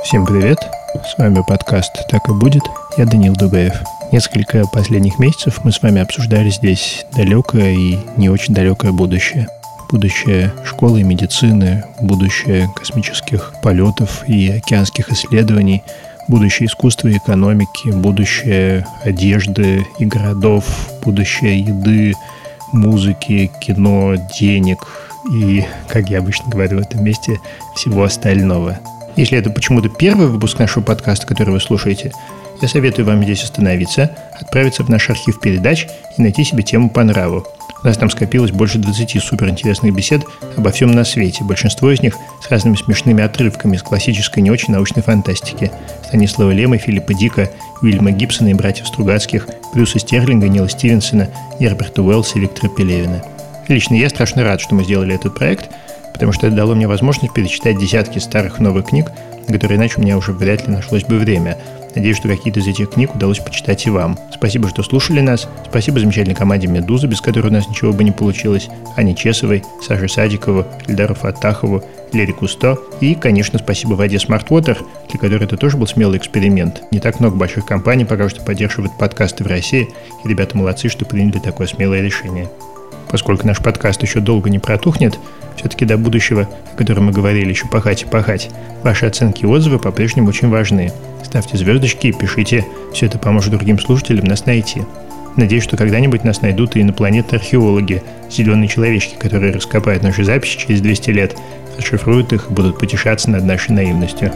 Всем привет! С вами подкаст «Так и будет». Я Даниил Дугаев. Несколько последних месяцев мы с вами обсуждали здесь далекое и не очень далекое будущее. Будущее школы и медицины, будущее космических полетов и океанских исследований, будущее искусства и экономики, будущее одежды и городов, будущее еды, музыки, кино, денег и, как я обычно говорю в этом месте, всего остального. Если это почему-то первый выпуск нашего подкаста, который вы слушаете, я советую вам здесь остановиться, отправиться в наш архив передач и найти себе тему по нраву. У нас там скопилось больше 20 суперинтересных бесед обо всем на свете, большинство из них с разными смешными отрывками из классической не очень научной фантастики. Станислава Лема, Филиппа Дика, Уильяма Гибсона и братьев Стругацких, Брюса Стерлинга, Нила Стивенсона, Герберта Уэллса и Виктора Пелевина. Лично я страшно рад, что мы сделали этот проект, потому что это дало мне возможность перечитать десятки старых новых книг, на которые иначе у меня уже вряд ли нашлось бы время. Надеюсь, что какие-то из этих книг удалось почитать и вам. Спасибо, что слушали нас. Спасибо замечательной команде «Медуза», без которой у нас ничего бы не получилось. Ане Чесовой, Саше Садикову, Эльдару Фаттахову, Лере Кусто. И, конечно, спасибо воде Smart Water, для которой это тоже был смелый эксперимент. Не так много больших компаний пока что поддерживают подкасты в России, и ребята молодцы, что приняли такое смелое решение. Поскольку наш подкаст еще долго не протухнет, все-таки до будущего, о котором мы говорили, еще пахать и пахать, ваши оценки и отзывы по-прежнему очень важны. Ставьте звездочки и пишите, все это поможет другим слушателям нас найти. Надеюсь, что когда-нибудь нас найдут и инопланетные археологи, зеленые человечки, которые раскопают наши записи через 200 лет, расшифруют их и будут потешаться над нашей наивностью.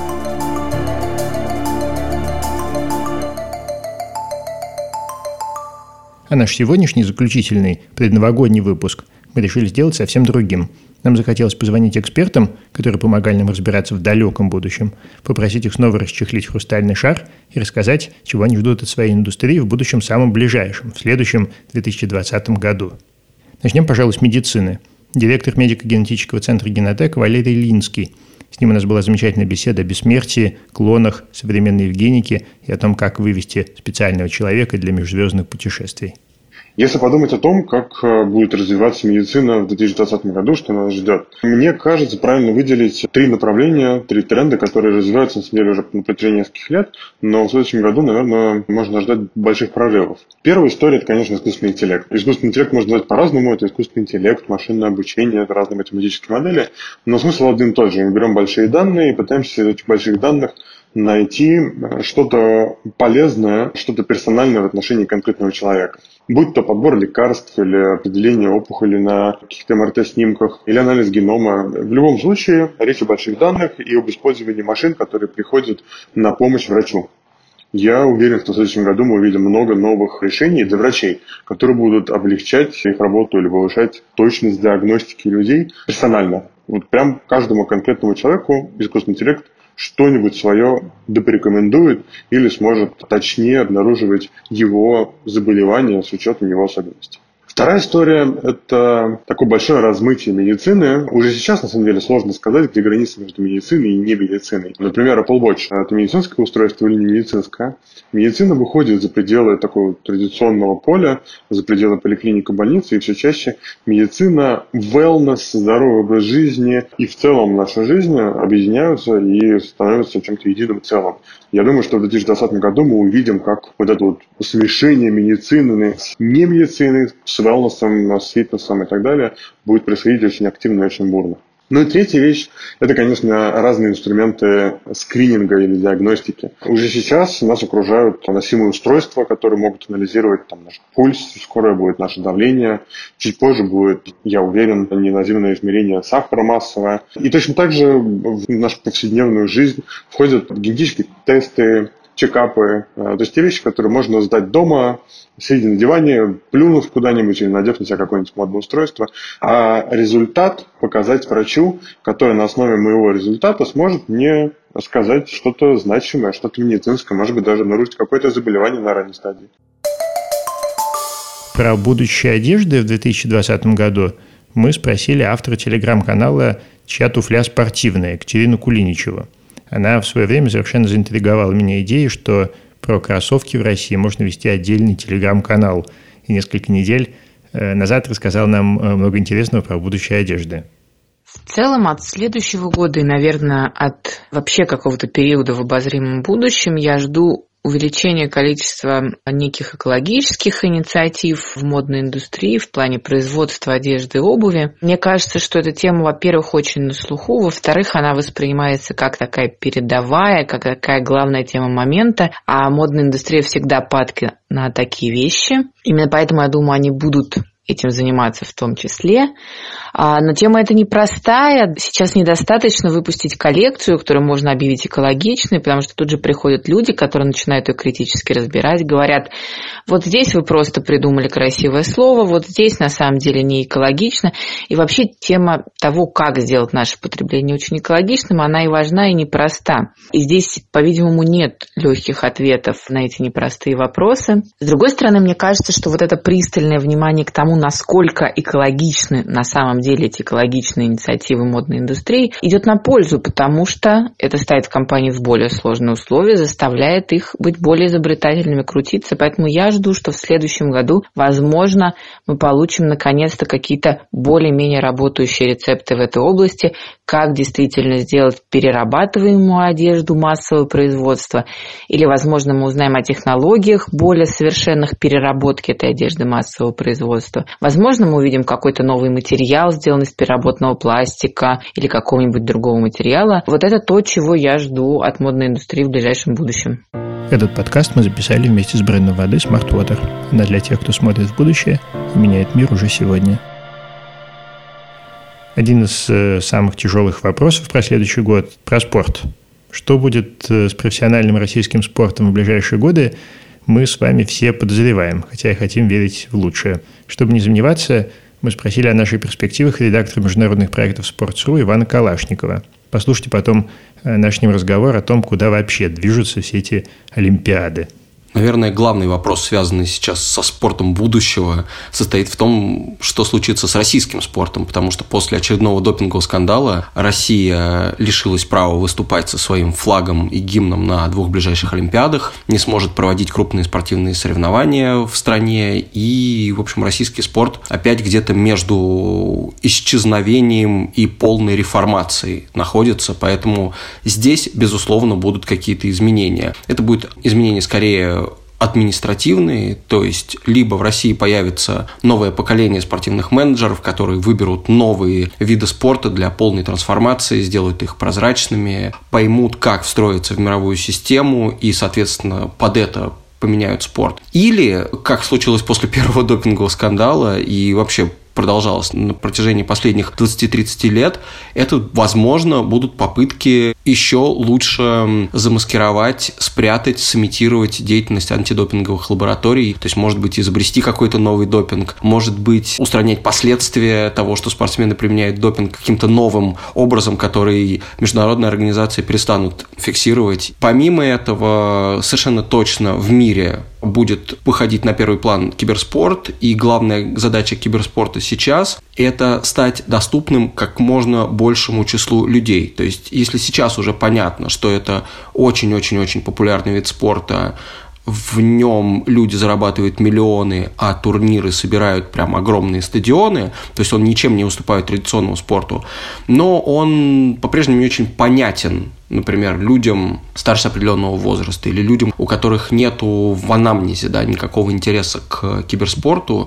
А наш сегодняшний заключительный предновогодний выпуск мы решили сделать совсем другим. Нам захотелось позвонить экспертам, которые помогали нам разбираться в далеком будущем, попросить их снова расчехлить хрустальный шар и рассказать, чего они ждут от своей индустрии в будущем самом ближайшем, в следующем 2020 году. Начнем, пожалуй, с медицины. Директор медико-генетического центра «Генотек» Валерий Линский. С ним у нас была замечательная беседа о бессмертии, клонах, современной евгенике и о том, как вывести специального человека для межзвездных путешествий. Если подумать о том, как будет развиваться медицина в 2020 году, что нас ждет, мне кажется, правильно выделить три направления, три тренда, которые развиваются, на самом деле, уже на протяжении нескольких лет, но в следующем году, наверное, можно ждать больших прорывов. Первая история – это, конечно, искусственный интеллект. Искусственный интеллект можно назвать по-разному. Это искусственный интеллект, машинное обучение, это разные математические модели, но смысл один и тот же. Мы берем большие данные и пытаемся из этих больших данных найти что-то полезное, что-то персональное в отношении конкретного человека. Будь то подбор лекарств или определение опухоли на каких-то МРТ-снимках или анализ генома. В любом случае, речь о больших данных и об использовании машин, которые приходят на помощь врачу. Я уверен, что в следующем году мы увидим много новых решений для врачей, которые будут облегчать их работу или повышать точность диагностики людей персонально. Вот прям каждому конкретному человеку искусственный интеллект что-нибудь свое допорекомендует или сможет точнее обнаруживать его заболевания с учетом его особенностей. Вторая история – это такое большое размытие медицины. Уже сейчас, на самом деле, сложно сказать, где граница между медициной и не медициной. Например, Apple Watch – это медицинское устройство или не медицинское. Медицина выходит за пределы такого традиционного поля, за пределы поликлиники, больницы, и все чаще медицина, wellness, здоровый образ жизни и в целом наша жизнь объединяются и становятся чем-то единым целым. Я думаю, что в 2020 году мы увидим, как вот это вот смешение медицины с немедициной, с wellness, с фитнесом и так далее будет происходить очень активно и очень бурно. Ну и третья вещь – это, конечно, разные инструменты скрининга или диагностики. Уже сейчас нас окружают носимые устройства, которые могут анализировать наш пульс, скоро будет наше давление, чуть позже будет, я уверен, неинвазивное измерение сахара массовое. И точно так же в нашу повседневную жизнь входят генетические тесты, чекапы, то есть те вещи, которые можно сдать дома, сидя на диване, плюнув куда-нибудь или надев на себя какое-нибудь модное устройство, а результат показать врачу, который на основе моего результата сможет мне сказать что-то значимое, что-то медицинское, может быть, даже обнаружить какое-то заболевание на ранней стадии. Про будущее одежды в 2020 году мы спросили автора телеграм-канала «Чья туфля спортивная» Екатерину Кулиничеву. Она в свое время совершенно заинтриговала меня идеей, что про кроссовки в России можно вести отдельный телеграм-канал. И несколько недель назад рассказал нам много интересного про будущее одежды. В целом от следующего года и, наверное, от вообще какого-то периода в обозримом будущем я жду увеличение количества неких экологических инициатив в модной индустрии в плане производства одежды и обуви. Мне кажется, что эта тема, во-первых, очень на слуху, во-вторых, она воспринимается как такая передовая, как такая главная тема момента, а модная индустрия всегда падки на такие вещи. Именно поэтому, я думаю, они будут этим заниматься в том числе. Но тема эта непростая. Сейчас недостаточно выпустить коллекцию, которую можно объявить экологичной, потому что тут же приходят люди, которые начинают ее критически разбирать, говорят, вот здесь вы просто придумали красивое слово, вот здесь на самом деле не экологично. И вообще тема того, как сделать наше потребление очень экологичным, она и важна, и непроста. И здесь, по-видимому, нет легких ответов на эти непростые вопросы. С другой стороны, мне кажется, что вот это пристальное внимание к тому, насколько экологичны на самом деле эти экологичные инициативы модной индустрии, идет на пользу, потому что это ставит компании в более сложные условия, заставляет их быть более изобретательными, крутиться. Поэтому я жду, что в следующем году, возможно, мы получим наконец-то какие-то более-менее работающие рецепты в этой области, как действительно сделать перерабатываемую одежду массового производства, или, возможно, мы узнаем о технологиях более совершенных переработки этой одежды массового производства. Возможно, мы увидим какой-то новый материал, сделанный из переработанного пластика или какого-нибудь другого материала. Вот это то, чего я жду от модной индустрии в ближайшем будущем. Этот подкаст мы записали вместе с брендом воды Smart Water. Она для тех, кто смотрит в будущее и меняет мир уже сегодня. Один из самых тяжелых вопросов про следующий год – про спорт. Что будет с профессиональным российским спортом в ближайшие годы, мы с вами все подозреваем, хотя и хотим верить в лучшее. Чтобы не сомневаться, мы спросили о наших перспективах редактора международных проектов Sports.ru Ивана Калашникова. Послушайте потом наш с ним разговор о том, куда вообще движутся все эти олимпиады. Наверное, главный вопрос, связанный сейчас со спортом будущего, состоит в том, что случится с российским спортом, потому что после очередного допингового скандала Россия лишилась права выступать со своим флагом и гимном на 2 ближайших Олимпиадах, не сможет проводить крупные спортивные соревнования в стране, и, в общем, российский спорт опять где-то между исчезновением и полной реформацией находится, поэтому здесь, безусловно, будут какие-то изменения. Это будет изменение скорее административные, то есть либо в России появится новое поколение спортивных менеджеров, которые выберут новые виды спорта для полной трансформации, сделают их прозрачными, поймут, как встроиться в мировую систему и, соответственно, под это поменяют спорт. Или, как случилось после первого допингового скандала и вообще продолжалось на протяжении последних 20-30 лет, это, возможно, будут попытки еще лучше замаскировать, спрятать, сымитировать деятельность антидопинговых лабораторий. То есть, может быть, изобрести какой-то новый допинг, может быть, устранять последствия того, что спортсмены применяют допинг каким-то новым образом, который международные организации перестанут фиксировать. Помимо этого, совершенно точно в мире будет выходить на первый план киберспорт, и главная задача киберспорта сейчас – это стать доступным как можно большему числу людей. То есть, если сейчас уже понятно, что это очень-очень-очень популярный вид спорта, в нем люди зарабатывают миллионы, а турниры собирают прям огромные стадионы, то есть он ничем не уступает традиционному спорту, но он по-прежнему не очень понятен, например, людям старше определенного возраста или людям, у которых нету в анамнезе никакого интереса к киберспорту.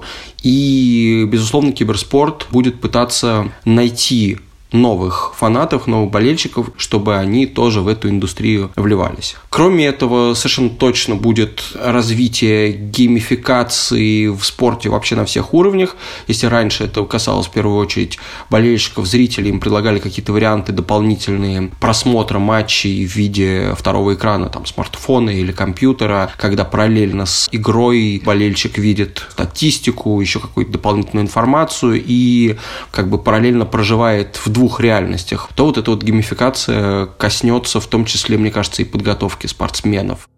И, безусловно, киберспорт будет пытаться найти новых фанатов, новых болельщиков, чтобы они тоже в эту индустрию вливались. Кроме этого, совершенно точно будет развитие геймификации в спорте вообще на всех уровнях. Если раньше это касалось в первую очередь болельщиков, зрителей, им предлагали какие-то варианты дополнительные просмотра матчей в виде второго экрана, смартфона или компьютера, когда параллельно с игрой болельщик видит статистику, еще какую-то дополнительную информацию и параллельно проживает в 2 реальностях, то вот эта вот геймификация коснется в том числе, мне кажется, и подготовки спортсменов.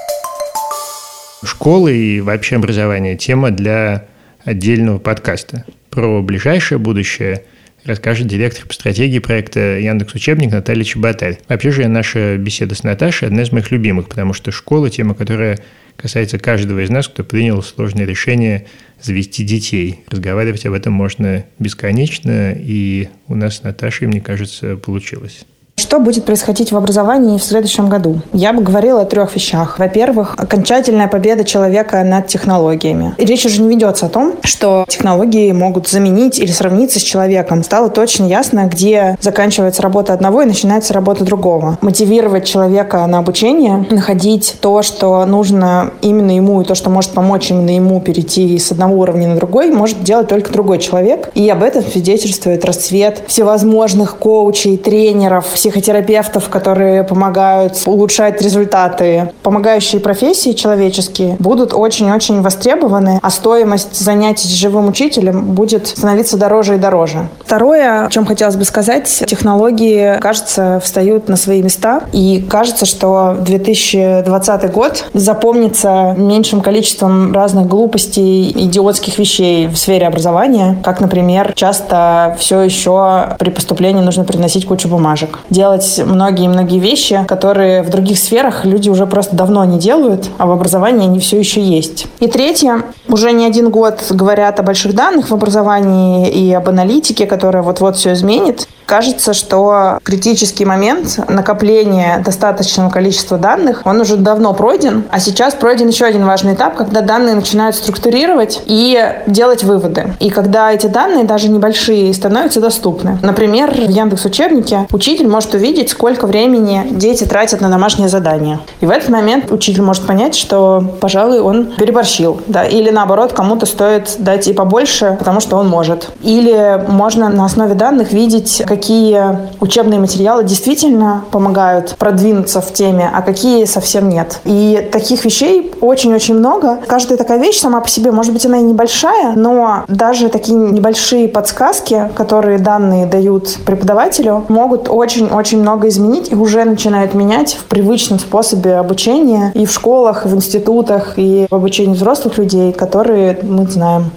Школа и вообще образование – тема для отдельного подкаста. Про ближайшее будущее расскажет директор по стратегии проекта «Яндекс.Учебник» Наталья Чеботарь. Вообще же наша беседа с Наташей одна из моих любимых, потому что школа – тема, которая касается каждого из нас, кто принял сложное решение завести детей. Разговаривать об этом можно бесконечно, и у нас с Наташей, мне кажется, получилось. Что будет происходить в образовании в следующем году? Я бы говорила о 3 вещах. Во-первых, окончательная победа человека над технологиями. И речь уже не ведется о том, что технологии могут заменить или сравниться с человеком. Стало точно ясно, где заканчивается работа одного и начинается работа другого. Мотивировать человека на обучение, находить то, что нужно именно ему, и то, что может помочь именно ему перейти с одного уровня на другой, может делать только другой человек. И об этом свидетельствует расцвет всевозможных коучей, тренеров, психотерапевтов, которые помогают улучшать результаты. Помогающие профессии человеческие будут очень-очень востребованы, а стоимость занятий с живым учителем будет становиться дороже и дороже. Второе, о чем хотелось бы сказать, технологии, кажется, встают на свои места. И кажется, что 2020 год запомнится меньшим количеством разных глупостей, идиотских вещей в сфере образования, как, например, часто все еще при поступлении нужно приносить кучу бумажек. Делать многие-многие вещи, которые в других сферах люди уже просто давно не делают, а в образовании они все еще есть. И третье, уже не один год говорят о больших данных в образовании и об аналитике, которая вот-вот все изменит. Кажется, что критический момент накопления достаточного количества данных, он уже давно пройден, а сейчас пройден еще один важный этап, когда данные начинают структурировать и делать выводы. И когда эти данные, даже небольшие, становятся доступны. Например, в Яндекс.Учебнике учитель может увидеть, сколько времени дети тратят на домашние задания. И в этот момент учитель может понять, что, пожалуй, он переборщил. Да? Или наоборот, кому-то стоит дать и побольше, потому что он может. Или можно на основе данных видеть, какие учебные материалы действительно помогают продвинуться в теме, а какие совсем нет. И таких вещей очень-очень много. Каждая такая вещь сама по себе, может быть, она и небольшая, но даже такие небольшие подсказки, которые данные дают преподавателю, могут очень-очень много изменить и уже начинают менять в привычном способе обучения и в школах, и в институтах, и в обучении взрослых людей, которые мы знаем.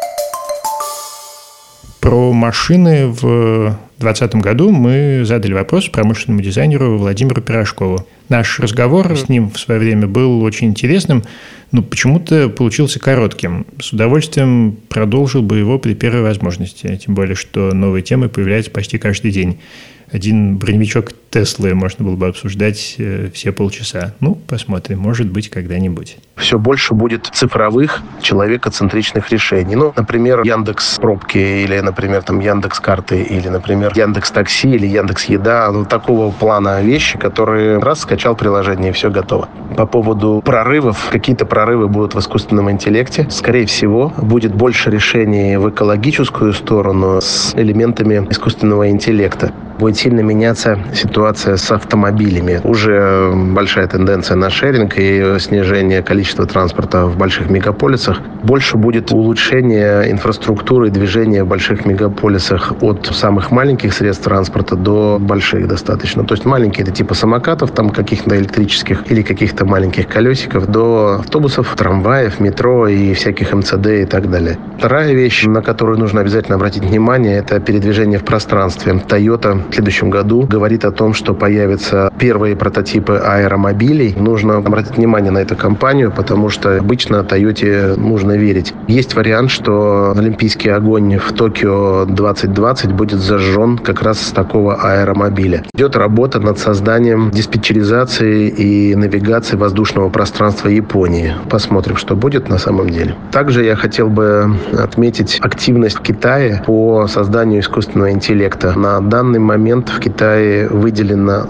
Про машины в 2020 году мы задали вопрос промышленному дизайнеру Владимиру Пирожкову. Наш разговор с ним в свое время был очень интересным, но почему-то получился коротким. С удовольствием продолжил бы его при первой возможности, тем более, что новые темы появляются почти каждый день. Один броневичок Теслы можно было бы обсуждать все полчаса. Посмотрим, может быть, когда-нибудь. Все больше будет цифровых, человекоцентричных решений. Например, Яндекс.Пробки или, например, Яндекс.Карты или, например, Яндекс.Такси или Яндекс.Еда. Такого плана вещи, которые раз скачал приложение и все готово. По поводу прорывов. Какие-то прорывы будут в искусственном интеллекте. Скорее всего, будет больше решений в экологическую сторону с элементами искусственного интеллекта. Будет сильно меняться ситуация с автомобилями. Уже большая тенденция на шеринг и снижение количества транспорта в больших мегаполисах. Больше будет улучшение инфраструктуры движения в больших мегаполисах от самых маленьких средств транспорта до больших достаточно. То есть маленькие — это типа самокатов, каких-то электрических или каких-то маленьких колесиков, до автобусов, трамваев, метро и всяких МЦД и так далее. Вторая вещь, на которую нужно обязательно обратить внимание, это передвижение в пространстве. Toyota в следующем году говорит о том, что появятся первые прототипы аэромобилей. Нужно обратить внимание на эту компанию, потому что обычно Toyota нужно верить. Есть вариант, что Олимпийский огонь в Токио 2020 будет зажжен как раз с такого аэромобиля. Идет работа над созданием диспетчеризации и навигации воздушного пространства Японии. Посмотрим, что будет на самом деле. Также я хотел бы отметить активность в Китае по созданию искусственного интеллекта. На данный момент в Китае выделено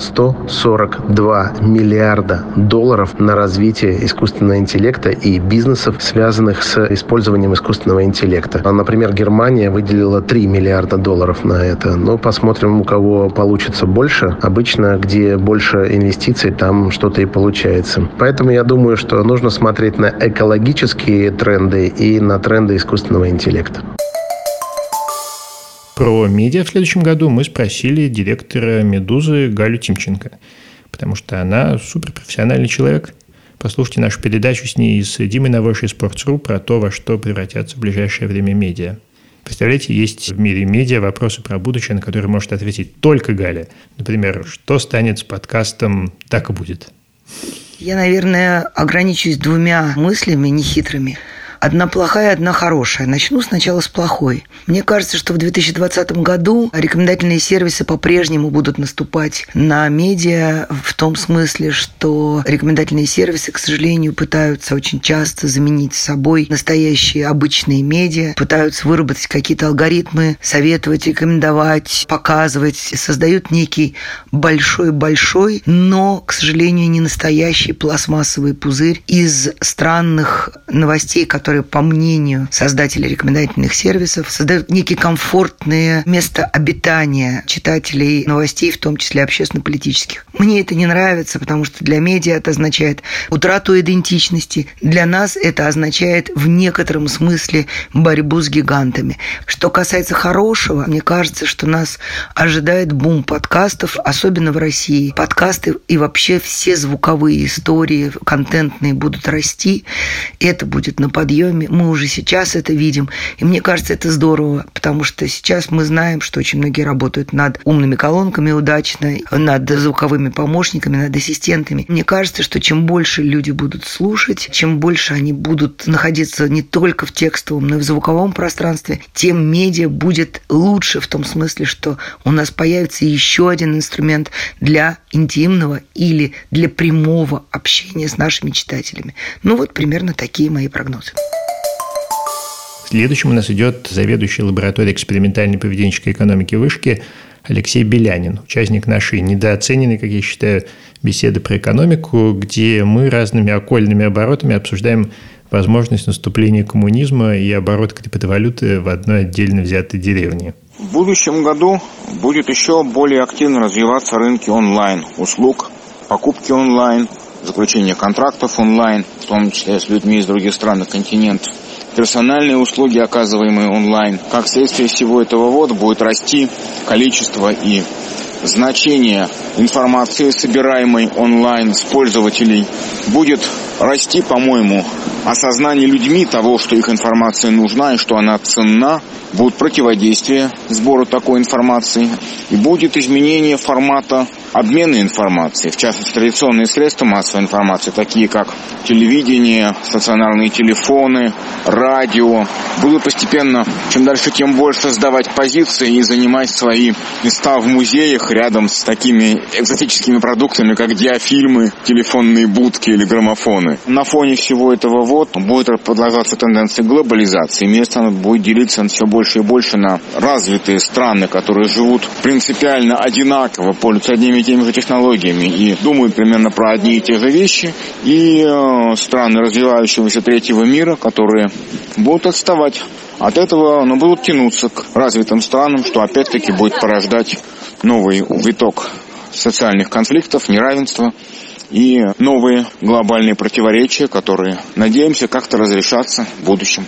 $142 миллиарда на развитие искусственного интеллекта и бизнесов, связанных с использованием искусственного интеллекта. Например, Германия выделила $3 миллиарда на это. Но посмотрим, у кого получится больше. Обычно, где больше инвестиций, там что-то и получается. Поэтому я думаю, что нужно смотреть на экологические тренды и на тренды искусственного интеллекта. Про медиа в следующем году мы спросили директора «Медузы» Галю Тимченко, потому что она суперпрофессиональный человек. Послушайте нашу передачу с ней с Димой Навошей из Sports.ru про то, во что превратятся в ближайшее время медиа. Представляете, есть в мире медиа вопросы про будущее, на которые может ответить только Галя. Например, что станет с подкастом «Так и будет»? Я, наверное, ограничусь двумя мыслями нехитрыми. Одна плохая, одна хорошая. Начну сначала с плохой. Мне кажется, что в 2020 году рекомендательные сервисы по-прежнему будут наступать на медиа в том смысле, что рекомендательные сервисы, к сожалению, пытаются очень часто заменить собой настоящие обычные медиа, пытаются выработать какие-то алгоритмы, советовать, рекомендовать, показывать, создают некий большой-большой, но, к сожалению, не настоящий пластмассовый пузырь из странных новостей, которые, по мнению создателей рекомендательных сервисов, создают некие комфортные места обитания читателей новостей, в том числе общественно-политических. Мне это не нравится, потому что для медиа это означает утрату идентичности. Для нас это означает в некотором смысле борьбу с гигантами. Что касается хорошего, мне кажется, что нас ожидает бум подкастов, особенно в России. Подкасты и вообще все звуковые истории, контентные будут расти. Это будет на подъеме. Мы уже сейчас это видим. И мне кажется, это здорово, потому что сейчас мы знаем, что очень многие работают над умными колонками удачно, над звуковыми помощниками, над ассистентами. Мне кажется, что чем больше люди будут слушать, чем больше они будут находиться не только в текстовом, но и в звуковом пространстве, тем медиа будет лучше в том смысле, что у нас появится еще один инструмент для интимного или для прямого общения с нашими читателями. Ну вот примерно такие мои прогнозы. Следующим у нас идет заведующий лабораторией экспериментальной поведенческой экономики Вышки Алексей Белянин, участник нашей недооцененной, как я считаю, беседы про экономику, где мы разными окольными оборотами обсуждаем возможность наступления коммунизма и оборота криптовалюты в одной отдельно взятой деревне. В будущем году будет еще более активно развиваться рынки онлайн-услуг, покупки онлайн, заключение контрактов онлайн, в том числе с людьми из других стран и континентов, персональные услуги, оказываемые онлайн. Как следствие всего этого будет расти количество и значение информации, собираемой онлайн с пользователей. Будет расти, по-моему, осознание людьми того, что их информация нужна и что она ценна. Будет противодействие сбору такой информации. И будет изменение формата обмена информацией. В частности, традиционные средства массовой информации, такие как телевидение, стационарные телефоны, радио, будут постепенно, чем дальше, тем больше создавать позиции и занимать свои места в музеях рядом с такими экзотическими продуктами, как диафильмы, телефонные будки или граммофоны. На фоне всего этого будет продолжаться тенденция глобализации. Мир будет делиться все больше и больше на развитые страны, которые живут принципиально одинаково, пользуются одними и теми же технологиями и думают примерно про одни и те же вещи, и страны развивающегося третьего мира, которые будут отставать от этого, но будут тянуться к развитым странам, что опять-таки будет порождать новый виток социальных конфликтов, неравенства и новые глобальные противоречия, которые, надеемся, как-то разрешатся в будущем.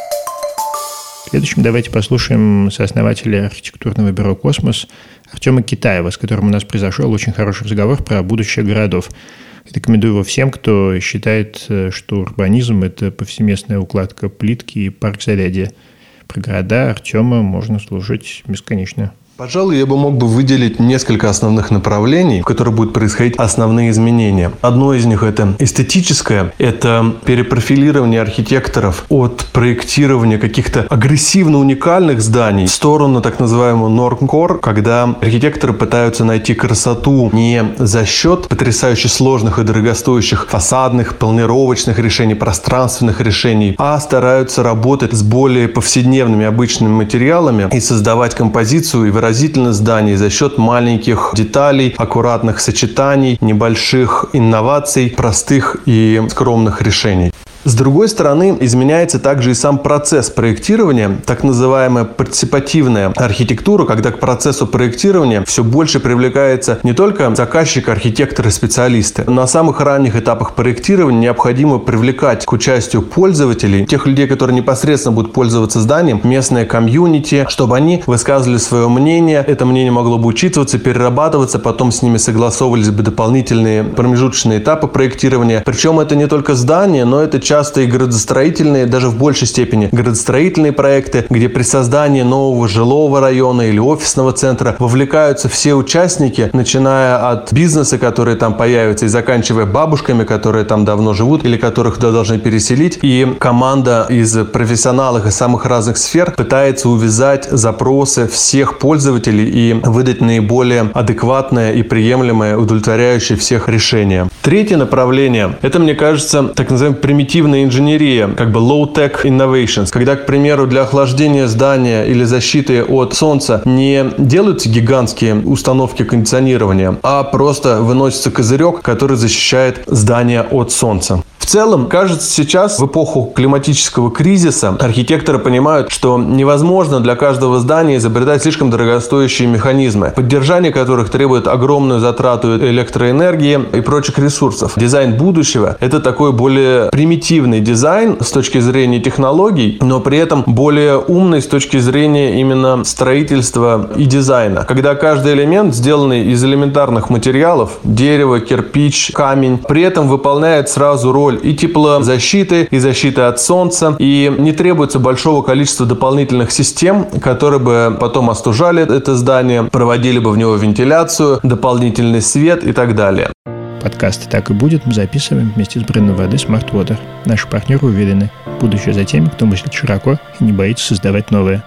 Следующим давайте послушаем сооснователя архитектурного бюро «Космос» Артема Китаева, с которым у нас произошел очень хороший разговор про будущее городов. Рекомендую его всем, кто считает, что урбанизм – это повсеместная укладка плитки и парк Зарядье. Про города Артема можно слушать бесконечно. Пожалуй, я мог бы выделить несколько основных направлений, в которых будут происходить основные изменения. Одно из них – это эстетическое, это перепрофилирование архитекторов от проектирования каких-то агрессивно уникальных зданий в сторону так называемого нормкор, когда архитекторы пытаются найти красоту не за счет потрясающе сложных и дорогостоящих фасадных, планировочных решений, пространственных решений, а стараются работать с более повседневными обычными материалами и создавать композицию и выразительность зданий за счет маленьких деталей, аккуратных сочетаний, небольших инноваций, простых и скромных решений. С другой стороны, изменяется также и сам процесс проектирования, так называемая партиципативная архитектура, когда к процессу проектирования все больше привлекается не только заказчик, архитекторы, специалисты. На самых ранних этапах проектирования необходимо привлекать к участию пользователей, тех людей, которые непосредственно будут пользоваться зданием, местное комьюнити, чтобы они высказывали свое мнение. Это мнение могло бы учитываться, перерабатываться, потом с ними согласовывались бы дополнительные промежуточные этапы проектирования. Причем это не только здание, но это часть часто и градостроительные, даже в большей степени градостроительные проекты, где при создании нового жилого района или офисного центра вовлекаются все участники, начиная от бизнеса, которые там появятся, и заканчивая бабушками, которые там давно живут или которых туда должны переселить. И команда из профессионалов из самых разных сфер пытается увязать запросы всех пользователей и выдать наиболее адекватное и приемлемое, удовлетворяющее всех решение. Третье направление – это, мне кажется, так называемая примитивная инженерия, как бы low-tech innovations, когда, к примеру, для охлаждения здания или защиты от солнца не делаются гигантские установки кондиционирования, а просто выносится козырек, который защищает здание от солнца. В целом, кажется, сейчас, в эпоху климатического кризиса, архитекторы понимают, что невозможно для каждого здания изобретать слишком дорогостоящие механизмы, поддержание которых требует огромную затрату электроэнергии и прочих ресурсов. Дизайн будущего – это такой более примитивный дизайн с точки зрения технологий, но при этом более умный с точки зрения именно строительства и дизайна. Когда каждый элемент, сделанный из элементарных материалов – дерево, кирпич, камень, при этом выполняет сразу роль и теплозащиты, и защиты от солнца, и не требуется большого количества дополнительных систем, которые бы потом остужали это здание, проводили бы в него вентиляцию, дополнительный свет и так далее. Подкаст «Так и будет» мы записываем вместе с брендом воды Smart Water. Наши партнеры уверены, будущее за теми, кто мыслит широко и не боится создавать новое.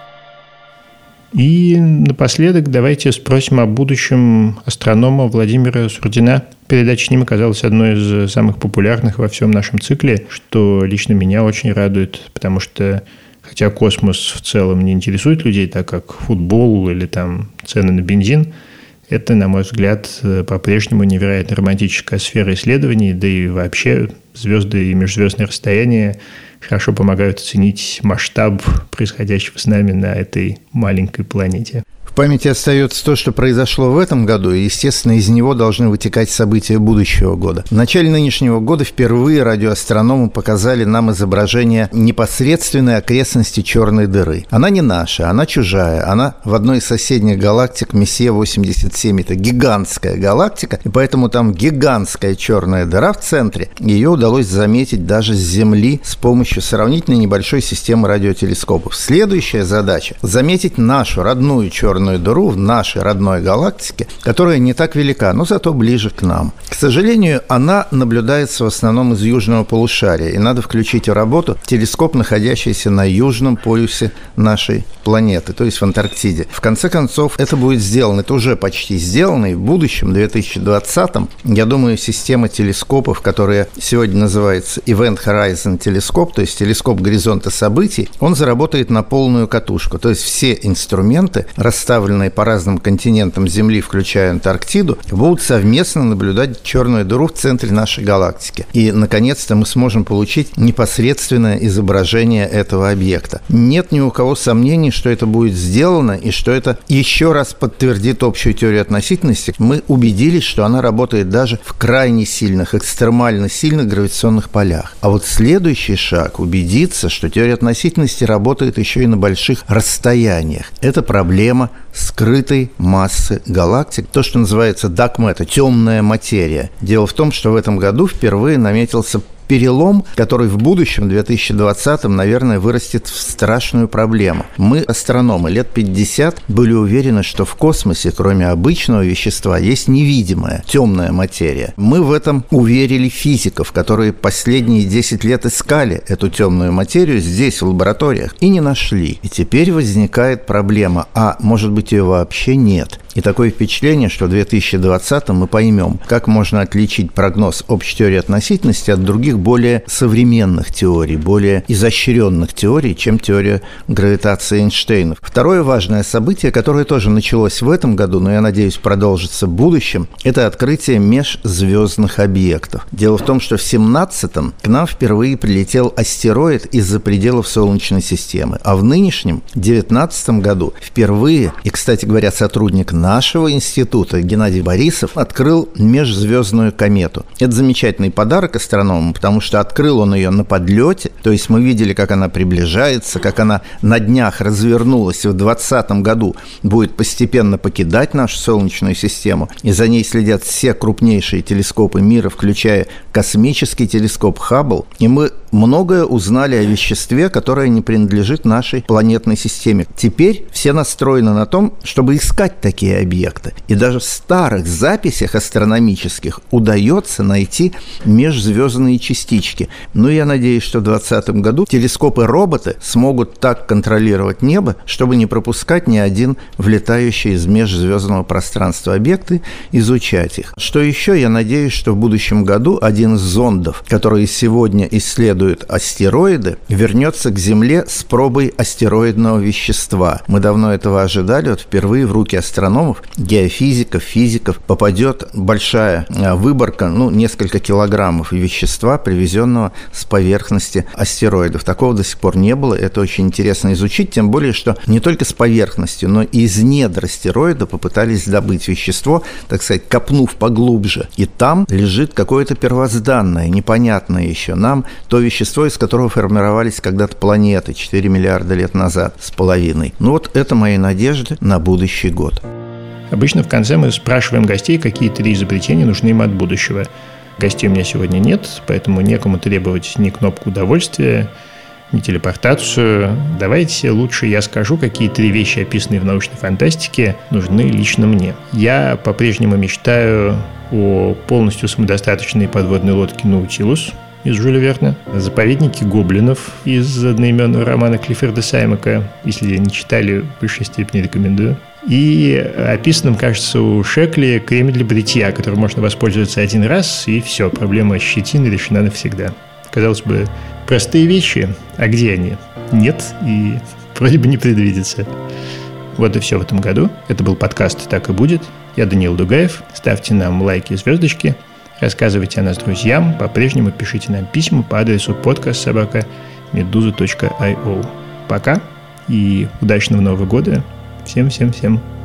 И напоследок давайте спросим о будущем астронома Владимира Сурдина. Передача с ним оказалась одной из самых популярных во всем нашем цикле, что лично меня очень радует, потому что, хотя космос в целом не интересует людей, так как футбол или там цены на бензин, это, на мой взгляд, по-прежнему невероятно романтическая сфера исследований, да и вообще звезды и межзвездные расстояния хорошо помогают оценить масштаб происходящего с нами на этой маленькой планете. В памяти остается то, что произошло в этом году, и, естественно, из него должны вытекать события будущего года. В начале нынешнего года впервые радиоастрономы показали нам изображение непосредственной окрестности черной дыры. Она не наша, она чужая, она в одной из соседних галактик Мессия-87. Это гигантская галактика, и поэтому там гигантская черная дыра в центре. Ее удалось заметить даже с Земли с помощью сравнительно небольшой системы радиотелескопов. Следующая задача – заметить нашу родную черную дыру в нашей родной галактике, которая не так велика, но зато ближе к нам. К сожалению, она наблюдается в основном из южного полушария, и надо включить в работу телескоп, находящийся на южном полюсе нашей планеты, то есть в Антарктиде. В конце концов, это будет сделано, это уже почти сделано, и в будущем, в 2020-м, я думаю, система телескопов, которая сегодня называется Event Horizon телескоп, то есть телескоп горизонта событий, он заработает на полную катушку, то есть все инструменты, расставленные по разным континентам Земли, включая Антарктиду, будут совместно наблюдать черную дыру в центре нашей галактики. И, наконец-то, мы сможем получить непосредственное изображение этого объекта. Нет ни у кого сомнений, что это будет сделано, и что это еще раз подтвердит общую теорию относительности. Мы убедились, что она работает даже в крайне сильных, экстремально сильных гравитационных полях. А вот следующий шаг – убедиться, что теория относительности работает еще и на больших расстояниях. Это проблема скрытой массы галактик, то, что называется dark matter, темная материя. Дело в том, что в этом году впервые наметился перелом, который в будущем, в 2020-м, наверное, вырастет в страшную проблему. Мы, астрономы, лет 50 были уверены, что в космосе, кроме обычного вещества, есть невидимая темная материя. Мы в этом уверили физиков, которые последние 10 лет искали эту темную материю здесь, в лабораториях, и не нашли. И теперь возникает проблема, а может быть, ее вообще нет. И такое впечатление, что в 2020-м мы поймем, как можно отличить прогноз общей теории относительности от других более современных теорий, более изощренных теорий, чем теория гравитации Эйнштейна. Второе важное событие, которое тоже началось в этом году, но, я надеюсь, продолжится в будущем, это открытие межзвездных объектов. Дело в том, что в 2017-м к нам впервые прилетел астероид из-за пределов Солнечной системы, а в нынешнем, 2019 году, впервые, и, кстати говоря, сотрудник нашего института Геннадий Борисов открыл межзвездную комету. Это замечательный подарок астрономам, потому что открыл он ее на подлете, то есть мы видели, как она приближается, как она на днях развернулась, и в 2020 году будет постепенно покидать нашу Солнечную систему, и за ней следят все крупнейшие телескопы мира, включая космический телескоп Хаббл, и мы многое узнали о веществе, которое не принадлежит нашей планетной системе. Теперь все настроены на том, чтобы искать такие объекты. И даже в старых записях астрономических удается найти межзвездные частички. Но я надеюсь, что в 2020 году телескопы-роботы смогут так контролировать небо, чтобы не пропускать ни один влетающий из межзвездного пространства объект и изучать их. Что еще? Я надеюсь, что в будущем году один из зондов, который сегодня исследует астероиды, вернется к Земле с пробой астероидного вещества. Мы давно этого ожидали. Вот впервые в руки астрономов, геофизиков, физиков попадет большая выборка, несколько килограммов вещества, привезенного с поверхности астероидов. Такого до сих пор не было. Это очень интересно изучить, тем более, что не только с поверхности, но и из недр астероида попытались добыть вещество, так сказать, копнув поглубже. И там лежит какое-то первозданное, непонятное еще нам, то вещество, из которого формировались когда-то планеты 4 миллиарда лет назад с половиной. Это мои надежды на будущий год. Обычно в конце мы спрашиваем гостей, какие 3 изобретения нужны им от будущего. Гостей у меня сегодня нет, поэтому некому требовать ни кнопку удовольствия, ни телепортацию. Давайте лучше я скажу, какие 3 вещи, описанные в научной фантастике, нужны лично мне. Я по-прежнему мечтаю о полностью самодостаточной подводной лодке «Наутилус» из Жюля Верна, заповедники гоблинов из одноименного романа Клиффорда Саймака. Если не читали, в высшей степени рекомендую. И описанным, кажется, у Шекли крем для бритья, которым можно воспользоваться один раз, и все, проблема щетины решена навсегда. Казалось бы, простые вещи, а где они? Нет, и вроде бы не предвидится. Вот и все в этом году. Это был подкаст «Так и будет». Я Даниил Дугаев. Ставьте нам лайки и звездочки. Рассказывайте о нас друзьям. По-прежнему пишите нам письма по адресу podcast@meduza.io. Пока и удачного Нового года. Всем-всем-всем.